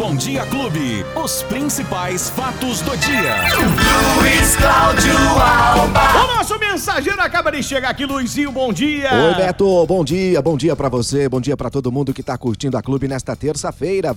Bom Dia Clube, os principais fatos do dia. Luiz Cláudio Alba. O nosso mensageiro acaba de chegar aqui, Luizinho, bom dia. Oi, Beto, bom dia pra você, bom dia pra todo mundo que tá curtindo a Clube nesta terça-feira,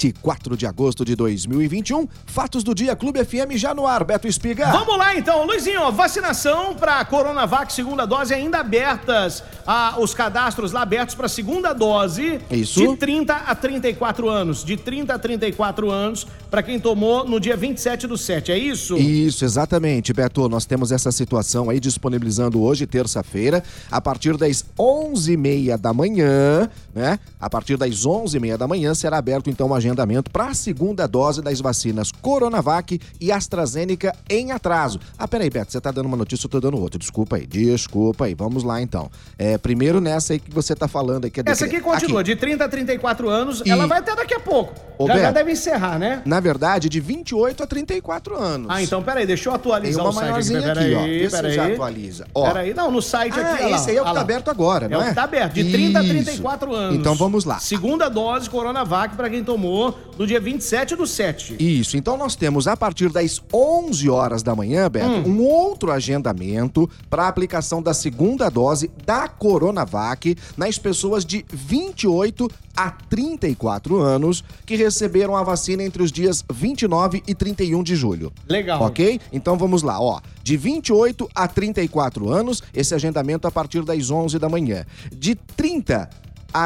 24 de agosto de 2021. Fatos do dia, Clube FM já no ar, Beto Espiga. Vamos lá então, Luizinho, vacinação pra Coronavac segunda dose ainda abertas, os cadastros lá abertos pra segunda dose. Isso. De 30 a 34 anos, de 30 a 34 anos, pra quem tomou no dia 27/7, é isso? Isso, exatamente, Beto, nós temos essa situação aí disponibilizando hoje, terça-feira, a partir das 11h30 da manhã, né? A partir das 11h30 da manhã será aberto então o agendamento para a segunda dose das vacinas Coronavac e AstraZeneca em atraso. Peraí, Beto, você tá dando uma notícia, eu tô dando outra, desculpa aí, vamos lá então. Primeiro nessa aí que você tá falando aí. Essa aqui continua, de 30 a 34 anos, ela vai até daqui a pouco. Já deve encerrar, né? Na verdade, de 28 a 34 anos. Então, peraí, deixa eu atualizar o site aqui. Tem uma maiorzinha aqui, ó. Vê se já atualiza. Peraí, não, no site aqui, esse aí é o que tá aberto agora, não é? É o que tá aberto, de 30 a 34 anos. Então vamos lá. Segunda dose Coronavac para quem tomou no dia 27/7. Isso, então nós temos a partir das 11 horas da manhã, Beto, um outro agendamento para aplicação da segunda dose da Coronavac nas pessoas de 28 a 34 anos que receberam a vacina entre os dias 29 e 31 de julho. Legal. Ok? Então vamos lá, ó. De 28 a 34 anos, esse agendamento a partir das 11 da manhã. De 30 a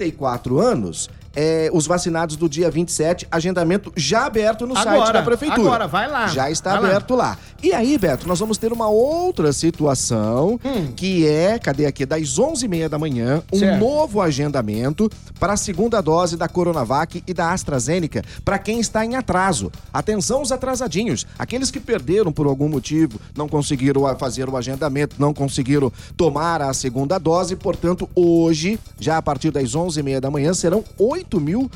34 anos, os vacinados do dia 27, agendamento já aberto no site da Prefeitura. Agora, vai lá. Já está aberto lá. E aí, Beto, nós vamos ter uma outra situação, que é, das 11h30 da manhã, novo agendamento para a segunda dose da Coronavac e da AstraZeneca, para quem está em atraso. Atenção, os atrasadinhos, aqueles que perderam por algum motivo, não conseguiram fazer o agendamento, não conseguiram tomar a segunda dose, portanto, hoje, já a partir das 11h30 da manhã, serão 8.000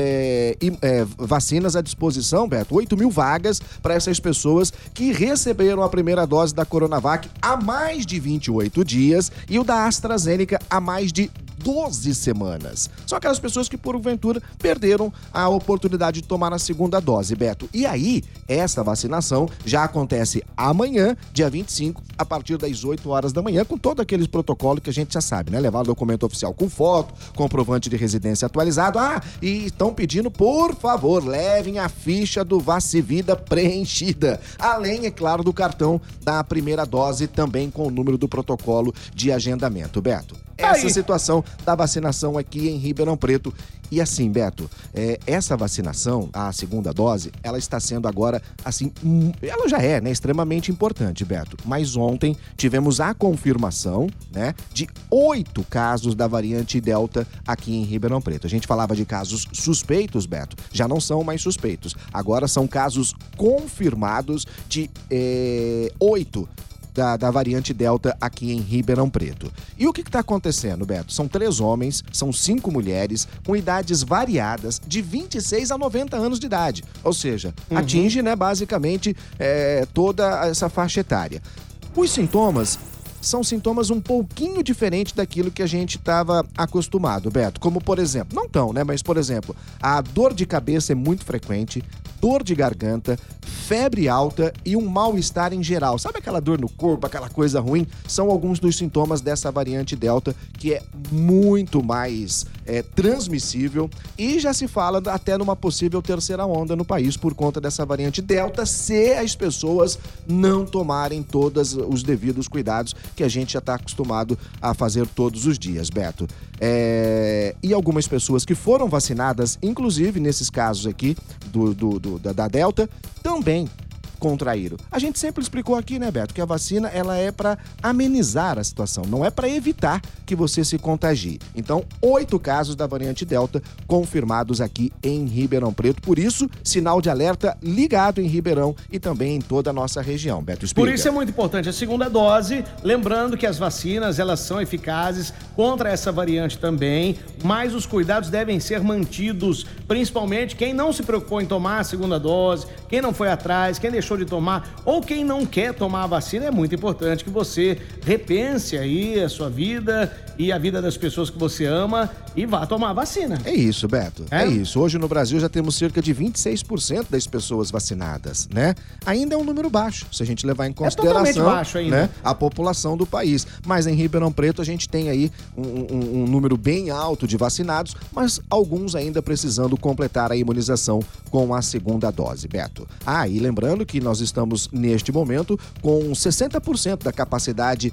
vacinas à disposição, Beto, 8.000 vagas para essas pessoas que receberam a primeira dose da Coronavac há mais de 28 dias e o da AstraZeneca há mais de 12 semanas. São aquelas pessoas que, porventura, perderam a oportunidade de tomar a segunda dose, Beto. E aí, essa vacinação já acontece amanhã, dia 25, a partir das 8 horas da manhã, com todo aquele protocolo que a gente já sabe, né? Levar o documento oficial com foto, comprovante de residência atualizado. E estão pedindo, por favor, levem a ficha do Vacivida preenchida. Além, é claro, do cartão da primeira dose, também com o número do protocolo de agendamento, Beto. Essa situação da vacinação aqui em Ribeirão Preto. E assim, Beto, essa vacinação, a segunda dose, ela está sendo agora, assim, ela já é, né, extremamente importante, Beto. Mas ontem tivemos a confirmação, né, de 8 casos da variante Delta aqui em Ribeirão Preto. A gente falava de casos suspeitos, Beto, já não são mais suspeitos. Agora são casos confirmados de 8 da variante Delta aqui em Ribeirão Preto. E o que está acontecendo, Beto? São 3 homens, são 5 mulheres, com idades variadas, de 26 a 90 anos de idade. Ou seja, atinge, né, basicamente, toda essa faixa etária. Os sintomas são sintomas um pouquinho diferentes daquilo que a gente estava acostumado, Beto. Como, por exemplo, não tão, né? Mas, por exemplo, a dor de cabeça é muito frequente, dor de garganta, febre alta e um mal-estar em geral. Sabe aquela dor no corpo, aquela coisa ruim? São alguns dos sintomas dessa variante Delta, que é muito mais transmissível, e já se fala até numa possível terceira onda no país por conta dessa variante Delta, se as pessoas não tomarem todos os devidos cuidados que a gente já está acostumado a fazer todos os dias, Beto. E algumas pessoas que foram vacinadas, inclusive nesses casos aqui da Delta, também contraíram. A gente sempre explicou aqui, né, Beto, que a vacina ela é para amenizar a situação, não é para evitar que você se contagie. Então, 8 casos da variante Delta confirmados aqui em Ribeirão Preto. Por isso, sinal de alerta ligado em Ribeirão e também em toda a nossa região, Beto Espiga. Por isso é muito importante a segunda dose, lembrando que as vacinas, elas são eficazes contra essa variante também, mas os cuidados devem ser mantidos, principalmente quem não se preocupou em tomar a segunda dose, quem não foi atrás, quem deixou de tomar ou quem não quer tomar a vacina. É muito importante que você repense aí a sua vida e a vida das pessoas que você ama e vá tomar a vacina. É isso, Beto. É isso. Hoje no Brasil já temos cerca de 26% das pessoas vacinadas, né? Ainda é um número baixo, se a gente levar em consideração, totalmente baixo ainda, né, a população do país. Mas em Ribeirão Preto a gente tem aí um número bem alto de vacinados, mas alguns ainda precisando completar a imunização com a segunda dose, Beto. E lembrando que nós estamos neste momento com 60% da capacidade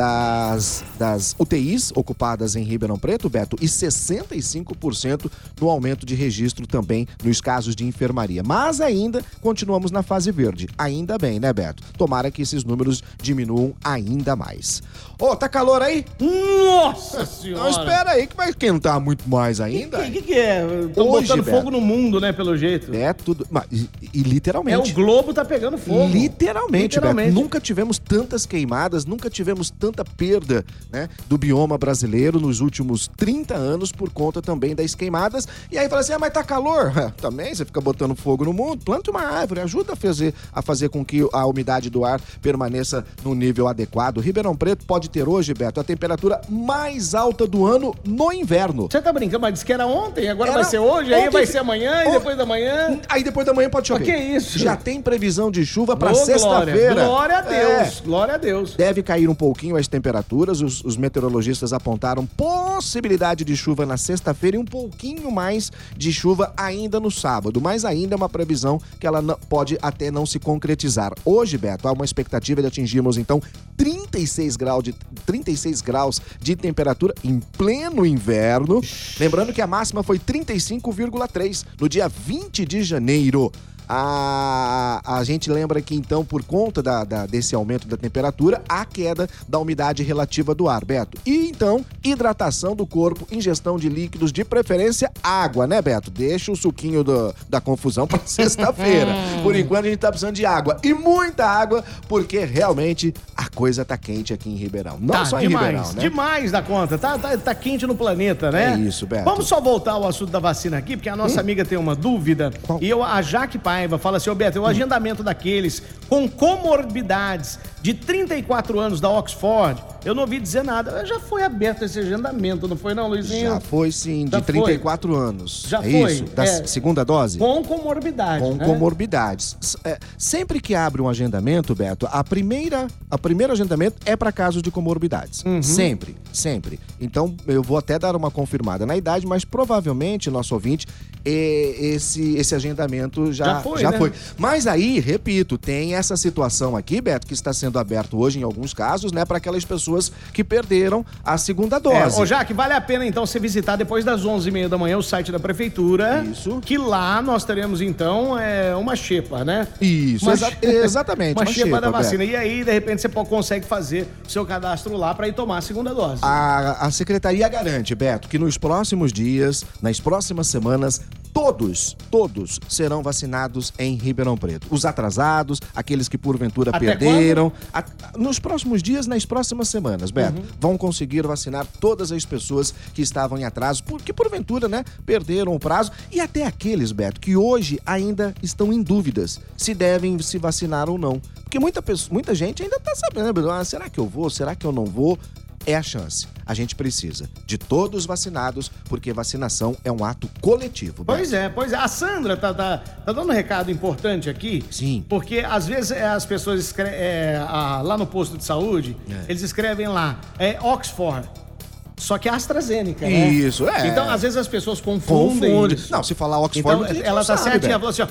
das UTIs ocupadas em Ribeirão Preto, Beto, e 65% no aumento de registro também nos casos de enfermaria. Mas ainda continuamos na fase verde. Ainda bem, né, Beto? Tomara que esses números diminuam ainda mais. Tá calor aí? Nossa Senhora! Não, espera aí que vai esquentar muito mais ainda. O que é? Estão botando fogo no mundo, né, pelo jeito. É tudo... E literalmente. O globo tá pegando fogo. Literalmente, Beto. Nunca tivemos tantas queimadas, nunca tivemos tanta perda, né, do bioma brasileiro nos últimos 30 anos por conta também das queimadas. E aí fala assim, mas tá calor? Também, você fica botando fogo no mundo, planta uma árvore, ajuda a fazer com que a umidade do ar permaneça no nível adequado. Ribeirão Preto pode ter hoje, Beto, a temperatura mais alta do ano no inverno. Você tá brincando, mas disse que era ontem, agora vai ser hoje, aí vai ser amanhã e depois da manhã. Aí depois da manhã pode chover. Que isso? Já tem previsão de chuva pra sexta-feira. Glória a Deus, glória a Deus. Deve cair um pouquinho as temperaturas, os meteorologistas apontaram possibilidade de chuva na sexta-feira e um pouquinho mais de chuva ainda no sábado, mas ainda é uma previsão que ela pode até não se concretizar. Hoje, Beto, há uma expectativa de atingirmos, então, 36 graus de temperatura em pleno inverno. Lembrando que a máxima foi 35,3 no dia 20 de janeiro. A gente lembra que, então, por conta desse aumento da temperatura, há queda da umidade relativa do ar, Beto. E, então, hidratação do corpo, ingestão de líquidos, de preferência água, né, Beto? Deixa o suquinho da confusão pra sexta-feira. Por enquanto, a gente tá precisando de água. E muita água, porque realmente a coisa tá quente aqui em Ribeirão. Não só em Ribeirão, né? Demais da conta. Tá quente no planeta, né? É isso, Beto. Vamos só voltar ao assunto da vacina aqui, porque a nossa amiga tem uma dúvida. Qual? E a Jaque Paiva fala assim, Beto, o agendamento daqueles com comorbidades de 34 anos da Oxford, eu não ouvi dizer nada. Já foi aberto esse agendamento, não foi não, Luizinho? Já foi sim, de 34 anos. Já foi. Isso? Da segunda dose? Com comorbidade. Com comorbidades. Sempre que abre um agendamento, Beto, o primeiro agendamento é para casos de comorbidades. Sempre. Então, eu vou até dar uma confirmada na idade, mas provavelmente, nosso ouvinte, esse agendamento já foi. Mas aí, repito, tem essa situação aqui, Beto, que está sendo aberto hoje em alguns casos, né, para aquelas pessoas que perderam a segunda dose. Jaque, vale a pena então você visitar depois das 11h30 da manhã o site da prefeitura. Isso. Que lá nós teremos então uma xepa, né? Isso, exatamente. Uma xepa da vacina. Beto. E aí, de repente, você consegue fazer o seu cadastro lá para ir tomar a segunda dose. A secretaria garante, Beto, que nos próximos dias, nas próximas semanas, todos serão vacinados em Ribeirão Preto. Os atrasados, aqueles que porventura perderam. Nos próximos dias, nas próximas semanas, Beto, vão conseguir vacinar todas as pessoas que estavam em atraso, porque porventura, né, perderam o prazo. E até aqueles, Beto, que hoje ainda estão em dúvidas se devem se vacinar ou não. Porque muita gente ainda tá sabendo, será que eu vou? Será que eu não vou? É a chance. A gente precisa de todos vacinados, porque vacinação é um ato coletivo. Pois é. A Sandra tá dando um recado importante aqui. Sim. Porque às vezes as pessoas escrevem, lá no posto de saúde, eles escrevem lá, Oxford. Só que é AstraZeneca, né? Isso, Então, às vezes as pessoas confundem isso. Não, se falar Oxford, então, ela tá certinha, ela falou assim,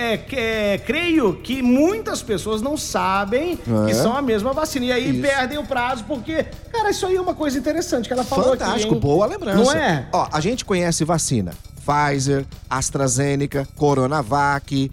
creio que muitas pessoas não sabem que são a mesma vacina. E aí perdem o prazo, porque, cara, isso aí é uma coisa interessante que ela falou aqui. Fantástico, boa lembrança. Não é? A gente conhece vacina Pfizer, AstraZeneca, Coronavac,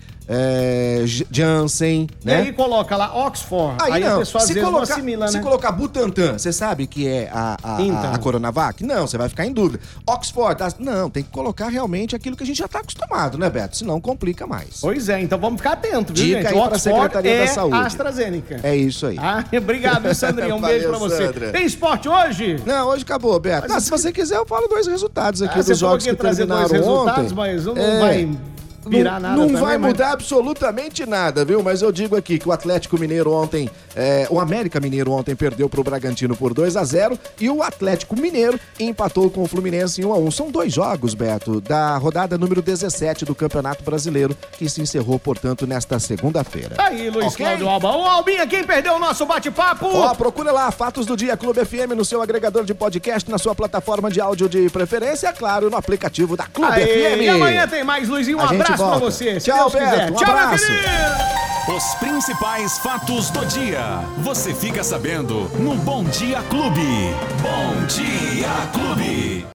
Janssen, né? E aí coloca lá Oxford, aí não. A pessoa às vezes não assimila, né? Se colocar Butantan, você sabe que é a Coronavac? Não, você vai ficar em dúvida. Oxford, não, tem que colocar realmente aquilo que a gente já tá acostumado, né, Beto? Senão complica mais. Pois é, então vamos ficar atentos, viu, gente? Dica aí pra Secretaria da Saúde. AstraZeneca. É isso aí. Obrigado, Sandrinha, um beijo pra você. Sandra. Tem esporte hoje? Não, hoje acabou, Beto. Se você quiser, eu falo 2 resultados aqui dos jogos que terminaram dois resultados, ontem. mas não vai... virar nada não também, vai mas- mudar absolutamente nada, viu? Mas eu digo aqui que o Atlético Mineiro ontem, o América Mineiro ontem perdeu pro Bragantino por 2-0 e o Atlético Mineiro empatou com o Fluminense em 1-1. São 2 jogos, Beto, da rodada número 17 do Campeonato Brasileiro, que se encerrou, portanto, nesta segunda-feira. Aí, Luiz Ok? Cláudio Alba. Ô, Albinha, quem perdeu o nosso bate-papo? Ó, procura lá, Fatos do Dia Clube FM no seu agregador de podcast, na sua plataforma de áudio de preferência, claro, no aplicativo da Clube Aí, FM. e amanhã tem mais, Luizinho. Um A gente abraço pra volta. você. Se Tchau, Deus quiser. Beto, um Tchau, meu abraço. querido. Os principais fatos do dia. Você fica sabendo no Bom Dia Clube. Bom Dia Clube.